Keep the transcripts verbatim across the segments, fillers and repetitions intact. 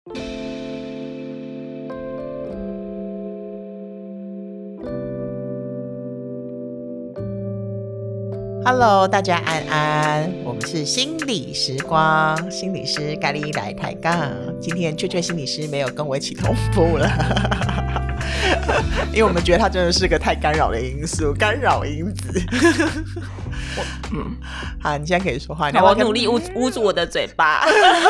Hello， 大家安安，我们是心理时光，心理师咖喱来抬杠。今天雀雀心理师没有跟我一起同步了，因为我们觉得他真的是个太干扰的因素，干扰因子。嗯，好，你现在可以说话。 好，我努力捂捂住我的嘴巴。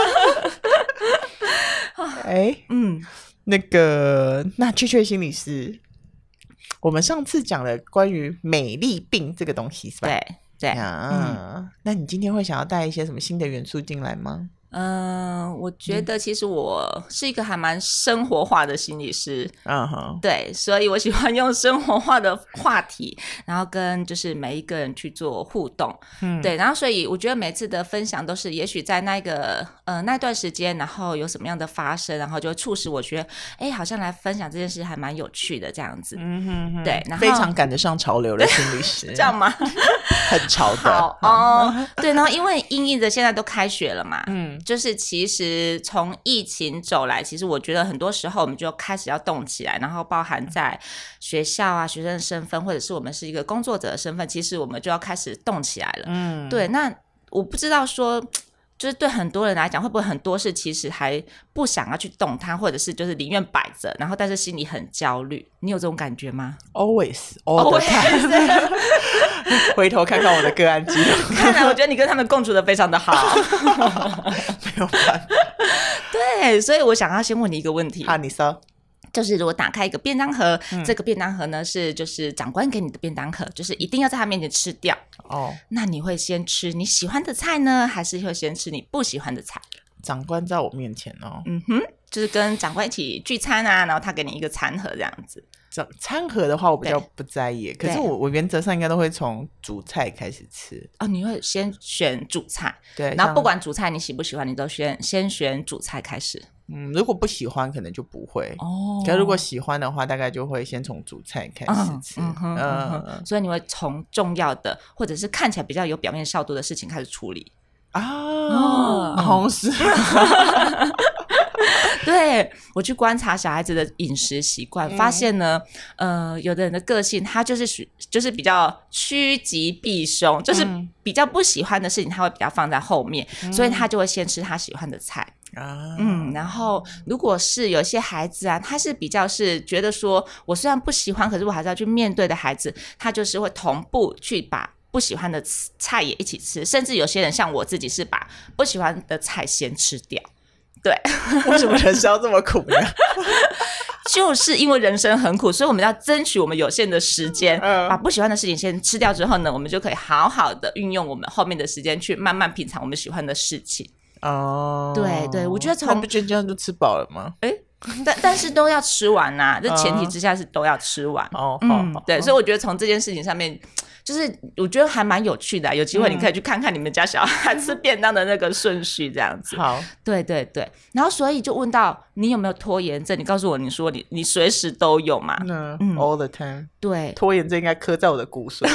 哎，嗯，那个，那雀雀心理师，我们上次讲了关于美丽病这个东西是吧？ 对对啊、嗯，那你今天会想要带一些什么新的元素进来吗？ 嗯、呃，我觉得其实我是一个还蛮生活化的心理师，嗯哼，对，所以我喜欢用生活化的话题，然后跟就是每一个人去做互动，嗯，对，然后所以我觉得每次的分享都是，也许在那个呃那段时间，然后有什么样的发生，然后就促使我觉得，哎，好像来分享这件事还蛮有趣的这样子，嗯哼哼，对，然后非常赶得上潮流的心理师， 这样吗？ 很潮的， 好哦，对，然后因为因应着现在都开学了嘛，嗯。就是其实从疫情走来，其实我觉得很多时候我们就开始要动起来，然后包含在学校啊、学生的身份，或者是我们是一个工作者的身份，其实我们就要开始动起来了。嗯，对。那我不知道说，就是对很多人来讲，会不会很多事其实还不想要去动它，或者是就是宁愿摆着，然后但是心里很焦虑。你有这种感觉吗 ？Always, all the time。回头看看我的个案记录， 看来我觉得你跟他们共处的非常的好。 没有办法。 对，所以我想要先问你一个问题。 好，你说。 就是如果打开一个便当盒，嗯、这个便当盒呢是就是长官给你的便当盒，就是一定要在他面前吃掉。哦，那你会先吃你喜欢的菜呢，还是会先吃你不喜欢的菜？ 长官在我面前哦， 嗯哼，就是跟长官一起聚餐啊，然后他给你一个餐盒这样子。 餐盒的话我比较不在意，可是我我原则上应该都会从主菜开始吃。 哦，你会先选主菜， 对， 然后不管主菜你喜不喜欢，你都先先选主菜开始。 嗯，如果不喜欢可能就不会哦。可是如果喜欢的话，大概就会先从主菜开始吃。嗯嗯嗯嗯，所以你会从重要的或者是看起来比较有表面效度的事情开始处理啊。哦，好是。 对，我去观察小孩子的饮食习惯，发现呢，呃，有的人的个性他就是属就是比较趋吉避凶，就是比较不喜欢的事情他会比较放在后面，嗯、所以他就会先吃他喜欢的菜。啊、嗯，然后如果是有些孩子啊，他是比较是觉得说我虽然不喜欢，可是我还是要去面对的孩子，他就是会同步去把不喜欢的菜也一起吃，甚至有些人像我自己是把不喜欢的菜先吃掉。对， 为什么人生要这么苦呢？ 就是因为人生很苦，所以我们要争取我们有限的时间、嗯、把不喜欢的事情先吃掉之后呢，我们就可以好好的运用我们后面的时间去慢慢品尝我们喜欢的事情。哦，对对，我觉得从那不就这样就吃饱了吗？ 诶但但是都要吃完呐、啊，这前提之下是都要吃完。哦，嗯，对，所以我觉得从这件事情上面，就是我觉得还蛮有趣的、啊，有机会你可以去看看你们家小孩吃便当的那个顺序，这样子。 好， 对对对，然后所以就问到你有没有拖延症？你告诉我，你说你你随时都有嘛？ 嗯 ，all the time。 对， 拖延症应该刻在我的骨髓里。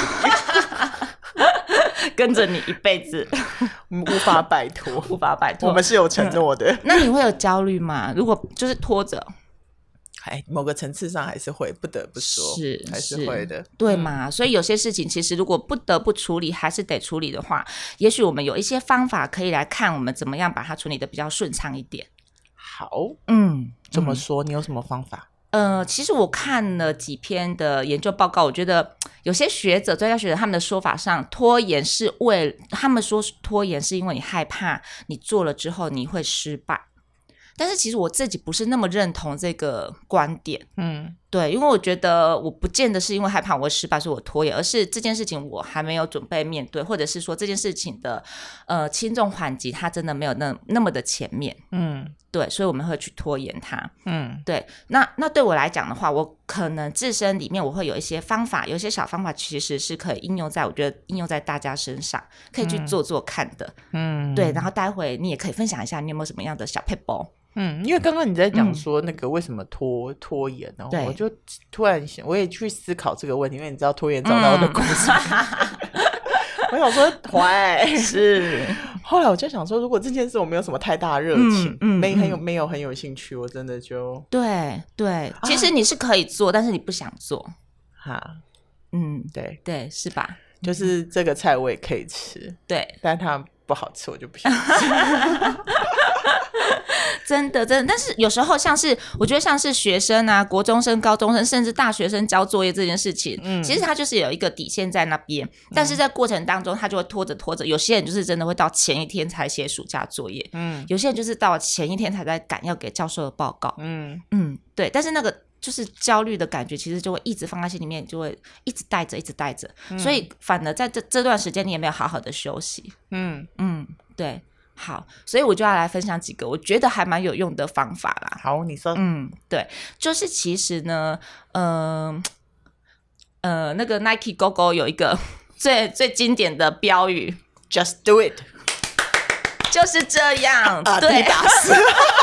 跟着你一辈子无法摆脱， 无法摆脱。 我们是有承诺的、嗯、 那你会有焦虑吗？如果就是拖着， 哎，某个层次上还是会，不得不说是还是会的， 对嘛、嗯、所以有些事情其实如果不得不处理还是得处理的话，也许我们有一些方法可以来看我们怎么样把它处理的比较顺畅一点。 好，嗯，怎么说、嗯、你有什么方法？ 呃，其实我看了几篇的研究报告，我觉得有些学者专家学者他们的说法上，拖延是为他们说拖延是因为你害怕你做了之后你会失败，但是其实我自己不是那么认同这个观点。嗯，对，因为我觉得我不见得是因为害怕我会失败所以我拖延，而是这件事情我还没有准备面对，或者是说这件事情的呃轻重缓急它真的没有那那么的前面。嗯，对，所以我们会去拖延它。嗯，对，那那对我来讲的话，我可能自身里面我会有一些方法，有一些小方法其实是可以应用在我觉得应用在大家身上，可以去做做看的。嗯，对，然后待会你也可以分享一下你有没有什么样的小撇步。 嗯，因为刚刚你在讲说那个为什么拖、嗯、拖延，然后我就突然想，我也去思考这个问题，因为你知道拖延找到我的故事。嗯我想说，坏是后来我就想说，如果这件事我没有什么太大热情， 嗯嗯、 没很有没有很有兴趣，我真的就对对，其实你是可以做，啊、但是你不想做。 哈， 嗯， 对对，是吧？ 就是这个菜我也可以吃， 对， 但它不好吃，我就不想吃。 真的真的，但是有时候像是我觉得像是学生啊，国中生、高中生，甚至大学生交作业这件事情，嗯，其实他就是有一个底线在那边，但是在过程当中他就会拖着拖着，有些人就是真的会到前一天才写暑假作业，嗯，有些人就是到前一天才在赶要给教授的报告，嗯嗯，对，但是那个就是焦虑的感觉，其实就会一直放在心里面，就会一直带着，一直带着，嗯，所以反而在这这段时间你也没有好好的休息，嗯嗯，对。好，所以我就要来分享几个我觉得还蛮有用的方法啦。 好，你说。 嗯，对，就是其实呢，呃，呃，那个 Nike Go Go 有一个最最经典的标语 ，Just do it， 就是这样。 啊， 对， 打死。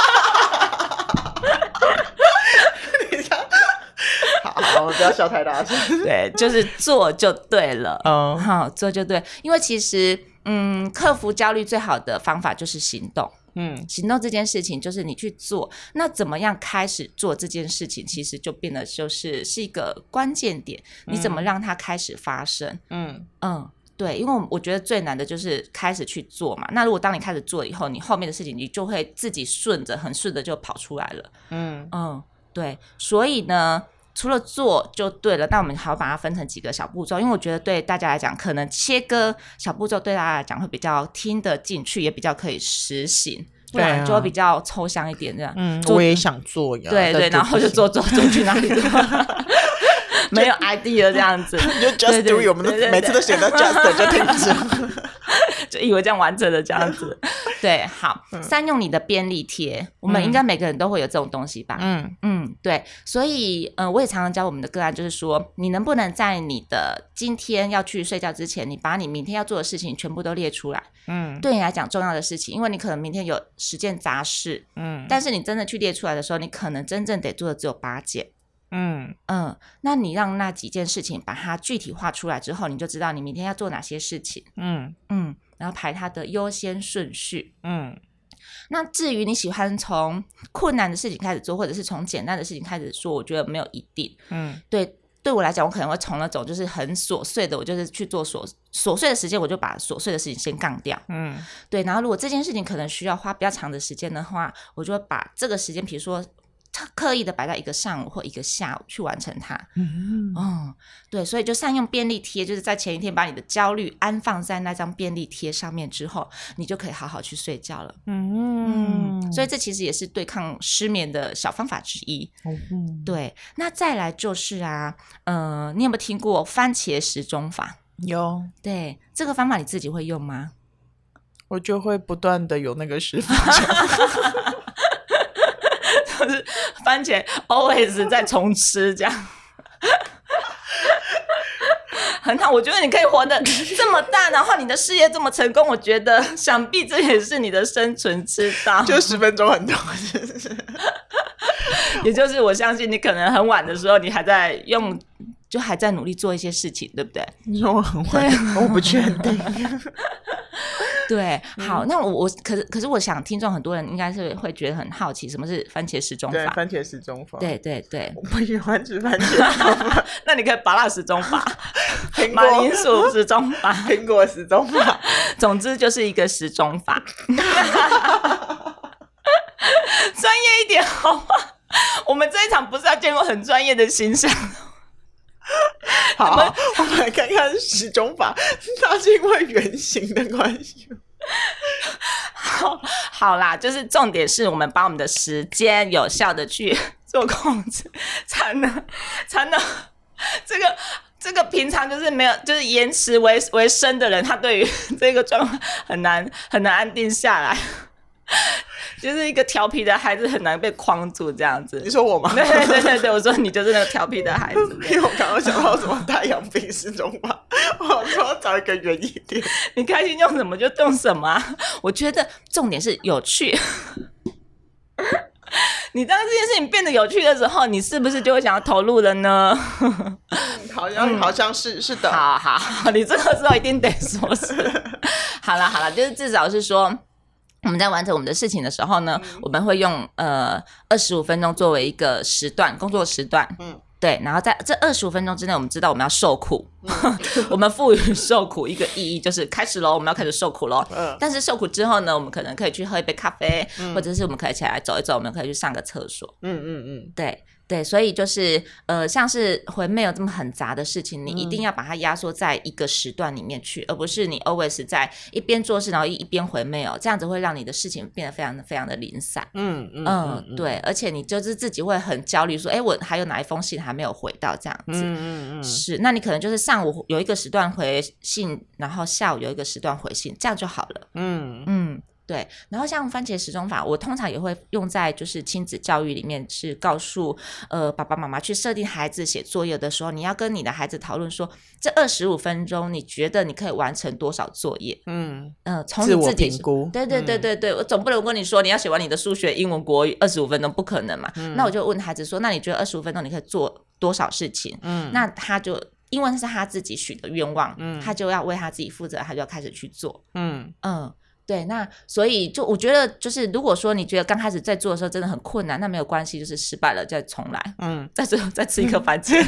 好，不要笑太大声。 对，就是做就对了。 嗯， 好，做就对，因为其实。嗯，克服焦虑最好的方法就是行动。嗯，行动这件事情就是你去做，那怎么样开始做这件事情，其实就变得就是是一个关键点。你怎么让它开始发生？嗯嗯，对，因为我觉得最难的就是开始去做嘛。那如果当你开始做以后，你后面的事情你就会自己顺着很顺的就跑出来了。嗯嗯，对，所以呢。除了做就对了，那我们还要把它分成几个小步骤，因为我觉得对大家来讲，可能切割小步骤对大家来讲会比较听得进去，也比较可以实行，不然就会比较抽象一点这样。 嗯，我也想做呀。 对对，然后就做做做去哪里做，没有 idea 这样子， 就 just do it， 我们都每次都写到 just 就停止。 就以为这样完成了这样子。对，好，善用你的便利贴，我们应该每个人都会有这种东西吧。嗯嗯，对，所以呃，我也常常教我们的个案，就是说你能不能在你的今天要去睡觉之前，你把你明天要做的事情全部都列出来。嗯，对你来讲重要的事情，因为你可能明天有十件杂事，嗯，但是你真的去列出来的时候，你可能真正得做的只有八件。嗯嗯，那你让那几件事情把它具体化出来之后，你就知道你明天要做哪些事情。嗯嗯，然后排它的优先顺序。嗯，那至于你喜欢从困难的事情开始做，或者是从简单的事情开始做，我觉得没有一定。嗯，对，对我来讲，我可能会从那种就是很琐碎的，我就是去做琐琐碎的时间，我就把琐碎的事情先杠掉。嗯，对，然后如果这件事情可能需要花比较长的时间的话，我就会把这个时间，比如说刻意的摆在一个上午或一个下午去完成它。嗯哦，对，所以就善用便利贴，就是在前一天把你的焦虑安放在那张便利贴上面之后，你就可以好好去睡觉了。嗯嗯，所以这其实也是对抗失眠的小方法之一。嗯，对，那再来就是啊，呃，你有没有听过番茄时钟法？ 有。 对，这个方法你自己会用吗？ 我就会不断的有那个时分就是番茄 always 在重吃这样很好，我觉得你可以活得这么大，然后你的事业这么成功，我觉得想必这也是你的生存之道。 就十分钟很多也就是我相信你可能很晚的时候你还在用，就还在努力做一些事情，对不对？ 你说我很晚，我不确定对，好，那我我可是可是我想听众很多人应该是会觉得很好奇，什么是番茄时钟法？ 对，番茄时钟法。 对对对， 我不喜欢吃番茄时钟法。 那你可以芭乐时钟法、马铃薯时钟法、 苹果时钟法， 总之就是一个时钟法。专业一点好吗？我们这一场不是要建构很专业的形象。 好，我们来看看时钟法，它是因为圆形的关系。 好，好啦，就是重点是我们把我们的时间有效的去做控制，才能才能这个这个平常就是没有就是延迟为为生的人，他对于这个状况很难很难安定下来。就是一个调皮的孩子很难被框住这样子。 你说我吗？ 对对对对，我说你就是那个调皮的孩子。 因为我刚刚想到什么太阳饼时钟法，我说要找一个圆一点。 你开心用什么就用什么啊，我觉得重点是有趣。 你当这件事情变得有趣的时候，你是不是就会想要投入了呢？ 嗯、好像、嗯、好像是是的。 好好，你这个时候一定得说是。好啦好啦，就是至少是说。我们在完成我们的事情的时候呢，嗯、我们会用呃二十五分钟作为一个时段，工作时段。嗯，对，然后在这二十五分钟之内，我们知道我们要受苦，嗯、我们赋予受苦一个意义，就是开始咯，我们要开始受苦咯。嗯，但是受苦之后呢，我们可能可以去喝一杯咖啡，嗯、或者是我们可以起来走一走，我们可以去上个厕所。嗯嗯嗯，对。对，所以就是呃，像是回没有这么很杂的事情，你一定要把它压缩在一个时段里面去，嗯、而不是你 always 在一边做事，然后一边回没有，这样子会让你的事情变得非常的非常的零散。嗯嗯嗯，嗯，对，而且你就是自己会很焦虑，说，哎，我还有哪一封信还没有回到这样子。嗯嗯嗯，是，那你可能就是上午有一个时段回信，然后下午有一个时段回信，这样就好了。嗯嗯。对，然后像番茄时钟法，我通常也会用在就是亲子教育里面，是告诉呃爸爸妈妈去设定孩子写作业的时候，你要跟你的孩子讨论说，这二十五分钟你觉得你可以完成多少作业？嗯嗯、呃，从你自己自我评估。 对对对对对，嗯、我总不能跟你说你要写完你的数学、英文、国语二十五分钟，不可能嘛。嗯、那我就问孩子说，那你觉得二十五分钟你可以做多少事情？嗯，那他就因为是他自己许的愿望，嗯，他就要为他自己负责，他就要开始去做。嗯嗯。对，那所以就我觉得就是如果说你觉得刚开始在做的时候真的很困难，那没有关系，就是失败了再重来，嗯，再最后再吃一颗番茄。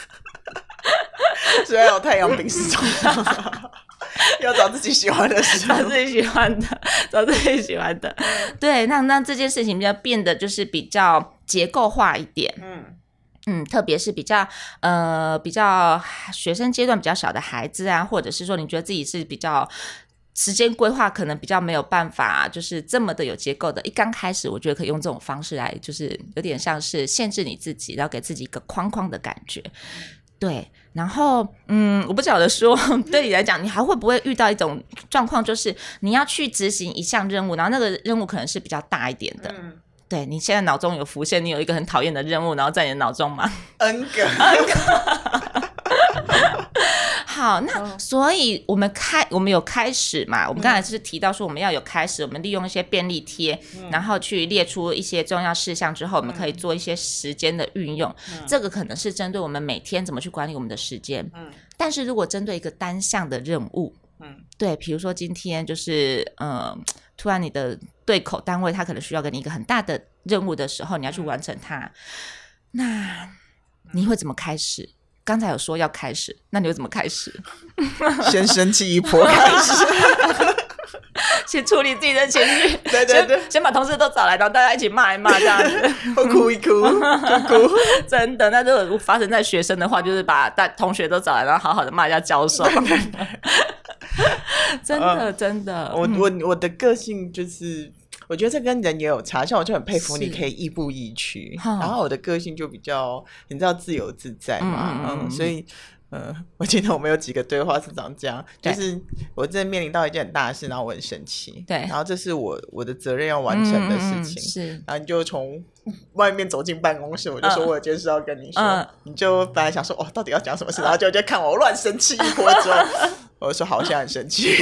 所以要有太阳饼时钟，要找自己喜欢的时候，找自己喜欢的，找自己喜欢的。对，那那这件事情就变得就是比较结构化一点，嗯。嗯，特别是比较呃比较学生阶段比较小的孩子啊，或者是说你觉得自己是比较时间规划可能比较没有办法就是这么的有结构的，一刚开始我觉得可以用这种方式来就是有点像是限制你自己，然后给自己一个框框的感觉。对，然后嗯，我不晓得说对你来讲你还会不会遇到一种状况，就是你要去执行一项任务，然后那个任务可能是比较大一点的。嗯，对，你现在脑中有浮现你有一个很讨厌的任务，然后在你的脑中吗？ N 个 N 个好，那所以我们开我们有开始嘛，我们刚才是提到说我们要有开始，我们利用一些便利贴、嗯、然后去列出一些重要事项之后，我们可以做一些时间的运用、嗯、这个可能是针对我们每天怎么去管理我们的时间、嗯、但是如果针对一个单项的任务、嗯、对，比如说今天就是呃，突然你的对口单位他可能需要给你一个很大的任务的时候，你要去完成它、嗯、那你会怎么开始？刚才有说要开始，那你会怎么开始？ 先生气一波开始先处理自己的情绪， 对对对， 先, 先把同事都找来，然后大家一起骂一骂这样子， 或哭一哭，哭哭。 真的，那如果发生在学生的话，就是把大同学都找来，然后好好的骂一下教授。真的、呃、真的， 我我我的个性就是。我觉得这跟人也有差，像我就很佩服你可以亦步亦趋，然后我的个性就比较你知道自由自在嘛，嗯, 嗯, 嗯所以呃，我记得我们有几个对话是长这样，就是我真的面临到一件很大的事，然后我很生气，对，然后这是我我的责任要完成的事情，嗯嗯是，然后你就从外面走进办公室，我就说我有件事要跟你说，嗯、你就本来想说哦到底要讲什么事，然后就就看我乱生气一波之后，我就说好，我现在很生气。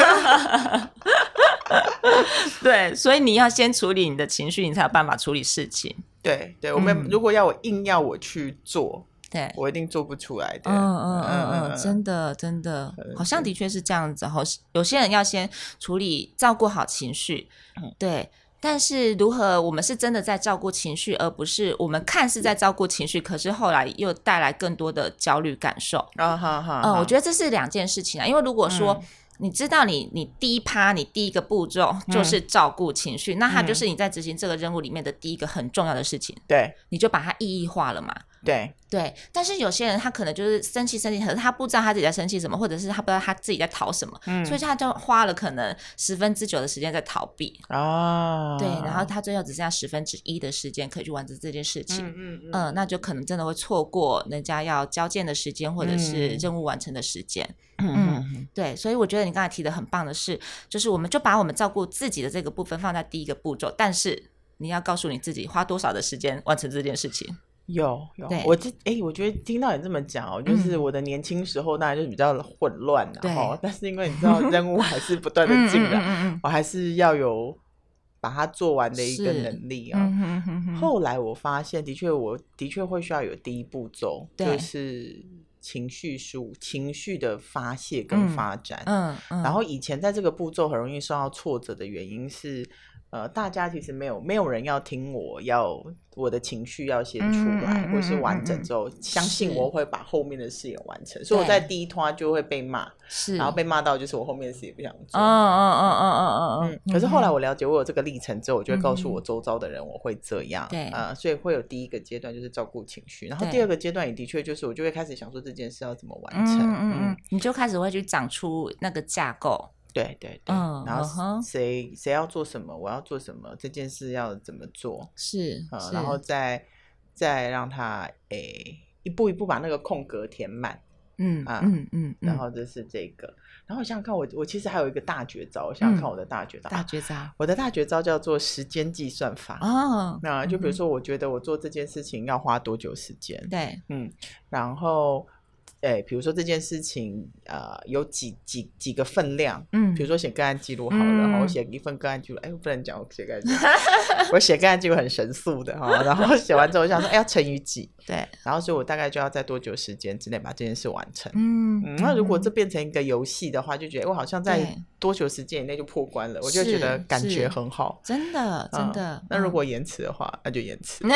对，所以你要先处理你的情绪，你才有办法处理事情。 对对，我们、嗯、如果要我硬要我去做，对，我一定做不出来的。 嗯嗯嗯嗯，真的真的，好像的确是这样子。有些人要先处理照顾好情绪，嗯、对。但是如何我们是真的在照顾情绪，而不是我们看似在照顾情绪，可是后来又带来更多的焦虑感受。啊哈哈，嗯，我觉得这是两件事情啊。因为如果说、嗯你知道你你第一趴你第一个步骤就是照顾情绪、嗯、那它就是你在执行这个任务里面的第一个很重要的事情，对，你就把它意义化了嘛，对对。但是有些人他可能就是生气生气，可是他不知道他自己在生气什么，或者是他不知道他自己在逃什么、嗯、所以他就花了可能十分之九的时间在逃避啊，对，然后他最后只剩下十分之一的时间可以去完成这件事情，嗯嗯嗯、呃，那就可能真的会错过人家要交件的时间，或者是任务完成的时间，嗯嗯，对，所以我觉得你刚才提的很棒的是，就是我们就把我们照顾自己的这个部分放在第一个步骤，但是你要告诉你自己花多少的时间完成这件事情。 有有，我这哎，我觉得听到你这么讲哦，就是我的年轻时候当然就是比较混乱的、啊、哈，但是因为你知道任务还是不断的进来，嗯嗯嗯嗯我还是要有。 把它做完的一个能力啊、哦嗯哼哼哼。 后来我发现的确我的确会需要有第一步骤，就是情绪抒情绪的发泄跟发展。 嗯 嗯, 嗯， 然后以前在这个步骤很容易受到挫折的原因是呃，大家其实没有没有人要听我要我的情绪要先出来、嗯、或是完整之后、嗯嗯嗯、相信我会把后面的事也完成，所以我在第一拖就会被骂，是，然后被骂到就是我后面的事也不想做。嗯嗯嗯嗯嗯嗯嗯。可是后来我了解我有这个历程之后，我就会告诉我周遭的人我会这样，对、呃、所以会有第一个阶段就是照顾情绪，然后第二个阶段也的确就是我就会开始想说这件事要怎么完成。嗯嗯嗯，你就开始会去长出那个架构。 对对对、嗯、然后谁谁要做什么，我要做什么，这件事要怎么做， 是、 呃、 是， 然后再再让他诶一步一步把那个空格填满。嗯啊嗯嗯，然后这是这个，然后我想想看我我其实还有一个大绝招，我想想看我的大绝招、嗯、 大绝招、啊、 我的大绝招叫做时间计算法。哦，那就比如说我觉得我做这件事情要花多久时间， 对， 嗯，然后哎，比如说这件事情呃有几几几个分量，嗯，比如说写个案记录好了，然后、嗯、我写一份个案记录，哎，我不能讲我写个案记录我写个案记录很神速的哈，然后写完之后我想说哎要乘以几， 对， 然后所以我大概就要在多久时间之内把这件事完成。嗯, 嗯那如果这变成一个游戏的话，就觉得我好像在多久时间以内就破关了，我就觉得感觉很好， 真的真的、 嗯、那如果延迟的话、嗯、那就延迟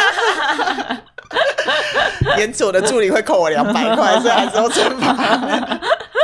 延迟我的助理会扣我两百块，所以还是要惩罚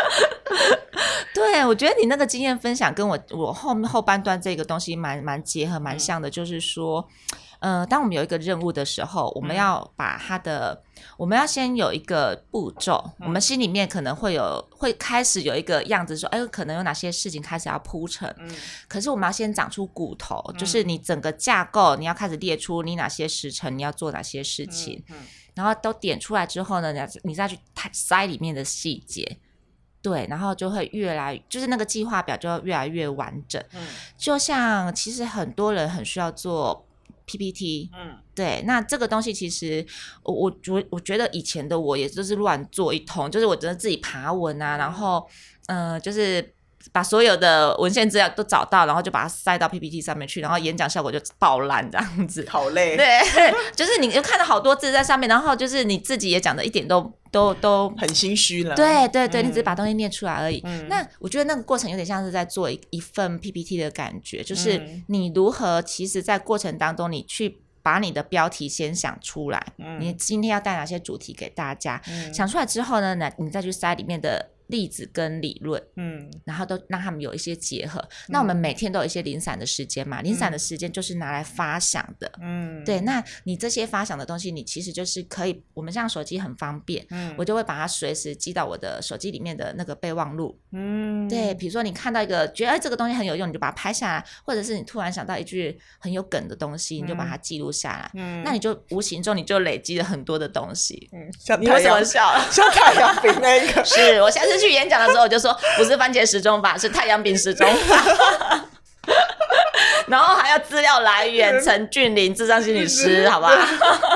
对，我觉得你那个经验分享跟我我后后半段这个东西蛮蛮结合蛮像的、嗯、就是说呃，当我们有一个任务的时候，我们要把它的、嗯、我们要先有一个步骤、嗯、我们心里面可能会有会开始有一个样子说哎，可能有哪些事情开始要铺陈、嗯、可是我们要先长出骨头、嗯、就是你整个架构你要开始列出你哪些时辰你要做哪些事情、嗯嗯、然后都点出来之后呢，你再去塞里面的细节，对，然后就会越来就是那个计划表就会越来越完整、嗯、就像其实很多人很需要做 P P T， 嗯，对，那这个东西其实我我我觉得以前的我也就是乱做一通，就是我真的自己爬文啊，然后呃就是把所有的文献资料都找到，然后就把它塞到 P P T 上面去，然后演讲效果就爆烂这样子， 好累。 对，就是你就看到好多字在上面，然后就是你自己也讲的一点都都都很心虚了。 对对对、嗯、你只是把东西念出来而已、嗯、那我觉得那个过程有点像是在做 一, 一份 P P T 的感觉，就是你如何其实在过程当中你去把你的标题先想出来、嗯、你今天要带哪些主题给大家、嗯、想出来之后呢，你再去塞里面的例子跟理论，嗯，然后都让他们有一些结合、嗯、那我们每天都有一些零散的时间嘛，零散的时间就是拿来发想的，嗯，对，那你这些发想的东西你其实就是可以，我们像手机很方便，嗯，我就会把它随时记到我的手机里面的那个备忘录，嗯，对，比如说你看到一个觉得、哎、这个东西很有用，你就把它拍下来，或者是你突然想到一句很有梗的东西，你就把它记录下来，嗯，那你就无形中你就累积了很多的东西，嗯， 像你为什么笑？ 像太阳饼那一个是我下次去演讲的时候我就说不是番茄时钟法，是太阳饼时钟法然后还要资料来源陈俊霖智商心理师，好不好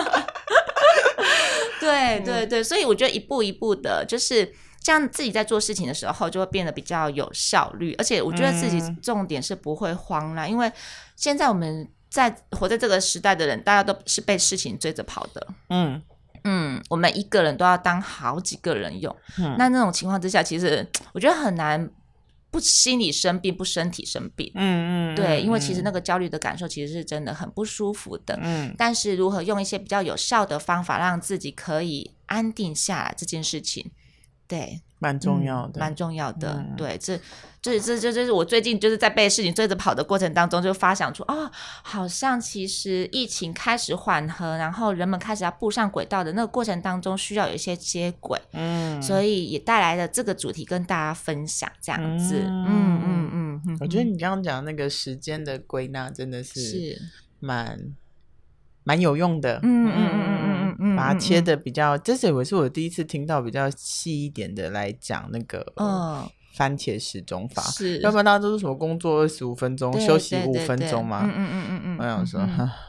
对对对，所以我觉得一步一步的就是这样，自己在做事情的时候就会变得比较有效率，而且我觉得自己重点是不会慌啦、嗯、因为现在我们在活在这个时代的人大家都是被事情追着跑的，嗯嗯，我们一个人都要当好几个人用、嗯、那那种情况之下其实我觉得很难不心理生病不身体生病，嗯嗯，对，因为其实那个焦虑的感受其实是真的很不舒服的，嗯，但是如何用一些比较有效的方法让自己可以安定下来这件事情，对， 蛮重要的， 蛮、嗯、重要的、嗯、对，这这这这就是我最近就是在被事情追着跑的过程当中就发想出哦，好像其实疫情开始缓和，然后人们开始要步上轨道的那个过程当中需要有一些接轨，嗯，所以也带来了这个主题跟大家分享这样子，嗯嗯嗯嗯， 我觉得你刚刚讲那个时间的归纳真的是蛮蛮有用的，嗯嗯嗯嗯嗯，把它切的比较，这是我是我第一次听到比较细一点的来讲那个，嗯。番茄时钟法，是，要不然大家都是什么工作二十五分钟，休息五分钟嘛。嗯嗯嗯嗯嗯，我想说，嗯、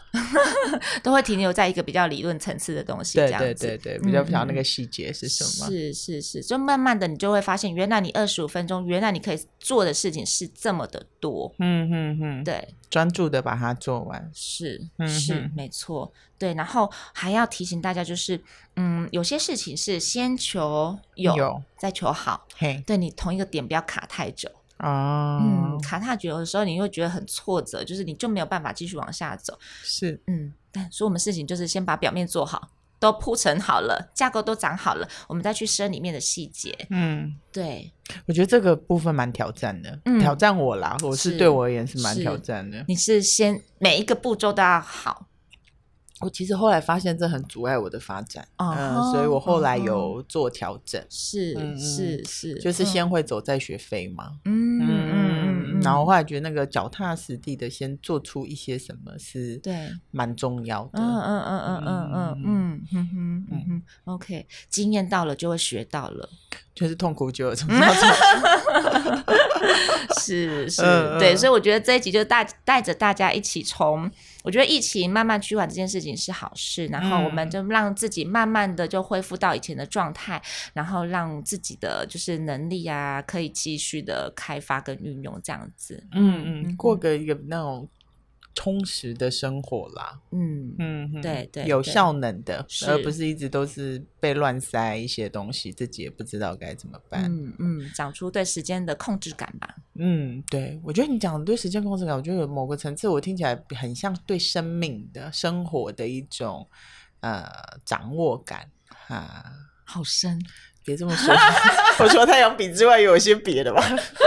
都会停留在一个比较理论层次的东西， 对这样子。 对对对，比较不晓得那个细节是什么。 是是是，就慢慢的你就会发现，原来你二十五分钟，原来你可以做的事情是这么的多。 嗯嗯嗯， 对， 专注的把它做完。 是嗯是没错。对，然后还要提醒大家，就是嗯，有些事情是先求有， 有再求好。 嘿， 对，你同一个点不要卡太久。 哦， 嗯，卡太久的时候，你会觉得很挫折，就是你就没有办法继续往下走。 是， 嗯，但所以我们事情就是先把表面做好，都铺陈好了，架构都长好了，我们再去深里面的细节。 嗯， 对， 我觉得这个部分蛮挑战的， 嗯挑战我啦，我是是对我而言是蛮是挑战的。 你是先每一个步骤都要好。 我其实后来发现这很阻碍我的发展，嗯、 哦所以我后来哦有做调整， 是、 嗯嗯是是， 就是先会走再学飞嘛。 嗯嗯嗯嗯， 然后后来觉得那个脚踏实地的先做出一些什么是对蛮重要的。 嗯嗯嗯嗯嗯嗯嗯嗯哼嗯哼 ，OK， 经验到了就会学到了。 就是痛苦就有这么多是是、 嗯嗯对，所以我觉得这一集就带带着大家一起从，我觉得疫情慢慢趋缓这件事情是好事，然后我们就让自己慢慢的就恢复到以前的状态，然后让自己的就是能力啊可以继续的开发跟运用这样子。 嗯嗯，过个一个那种充实的生活啦。 嗯嗯， 对对， 有效能的， 是而不是一直都是被乱塞一些东西，自己也不知道该怎么办。 嗯嗯，长出对时间的控制感吧。 嗯，对，我觉得你讲的对时间控制感，我觉得有某个层次我听起来很像对生命的生活的一种呃掌握感啊。 好深， 别这么说，我除了太阳笔之外，有一些别的吧。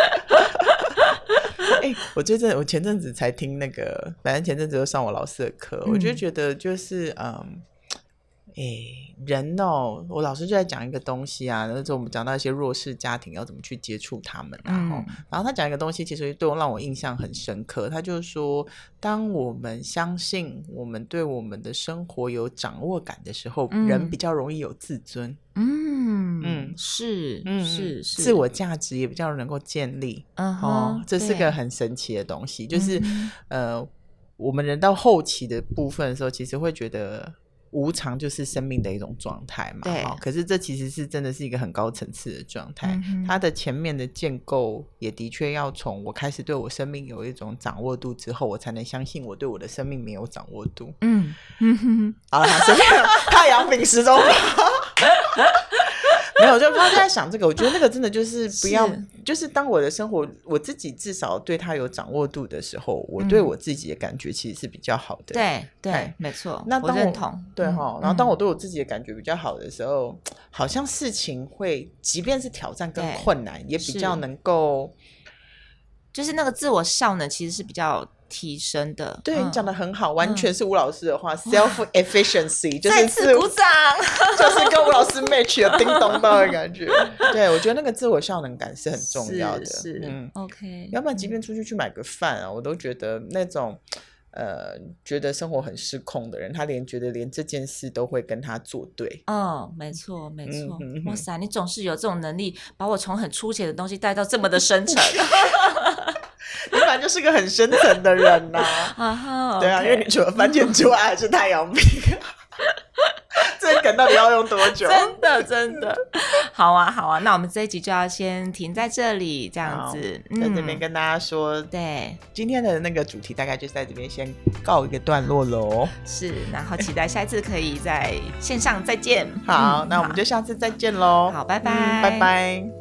欸、我最近我前阵子才听那个，反正前阵子又上我老师的课，嗯、我就觉得就是嗯，欸、人哦，我老师就在讲一个东西啊，那时候我们讲到一些弱势家庭要怎么去接触他们啊、嗯、然后他讲一个东西其实对我让我印象很深刻，他就是说当我们相信我们对我们的生活有掌握感的时候、嗯、人比较容易有自尊。 嗯嗯，是嗯是是， 自我价值也比较能够建立。嗯、uh-huh, 哦，这是个很神奇的东西，就是、嗯、呃，我们人到后期的部分的时候，其实会觉得无常就是生命的一种状态嘛。对、哦，可是这其实是真的是一个很高层次的状态、嗯，它的前面的建构也的确要从我开始对我生命有一种掌握度之后，我才能相信我对我的生命没有掌握度。嗯嗯哼，好了，随便太阳饼时钟没有，就刚刚在想这个，我觉得那个真的就是不要，是就是当我的生活我自己至少对它有掌握度的时候，我对我自己的感觉其实是比较好的。 对对，没错。 那当 我, 我认同， 对齁、嗯、然后当我对我自己的感觉比较好的时候、嗯、好像事情会即便是挑战跟困难也比较能够， 就是那个自我效能其实是比较提升的。 对、 嗯、 你讲的很好，完全是吴老师的话、嗯、self efficiency 就是再次鼓掌就是跟吴老师 match 的叮咚到的感觉。对，我觉得那个自我效能感是很重要的。 是, 是嗯 OK， 要不然即便出去去买个饭啊、嗯、我都觉得那种呃，觉得生活很失控的人，他连觉得连这件事都会跟他作对。 哦，没错没错、嗯嗯、哇塞，你总是有这种能力把我从很粗浅的东西带到这么的深层你本来就是个很深层的人呐、 啊， 对啊， okay. 因为你除了番茄之外还是太阳饼这个梗到底要用多久？ 真的真的好啊好啊，那我们这一集就要先停在这里这样子， 在这边跟大家说、嗯、 对， 今天的那个主题大概就在这边先告一个段落咯。 是，然后期待下一次可以在线上再见。 好、嗯、那我们就下次再见咯。 好，拜拜、 嗯、拜拜。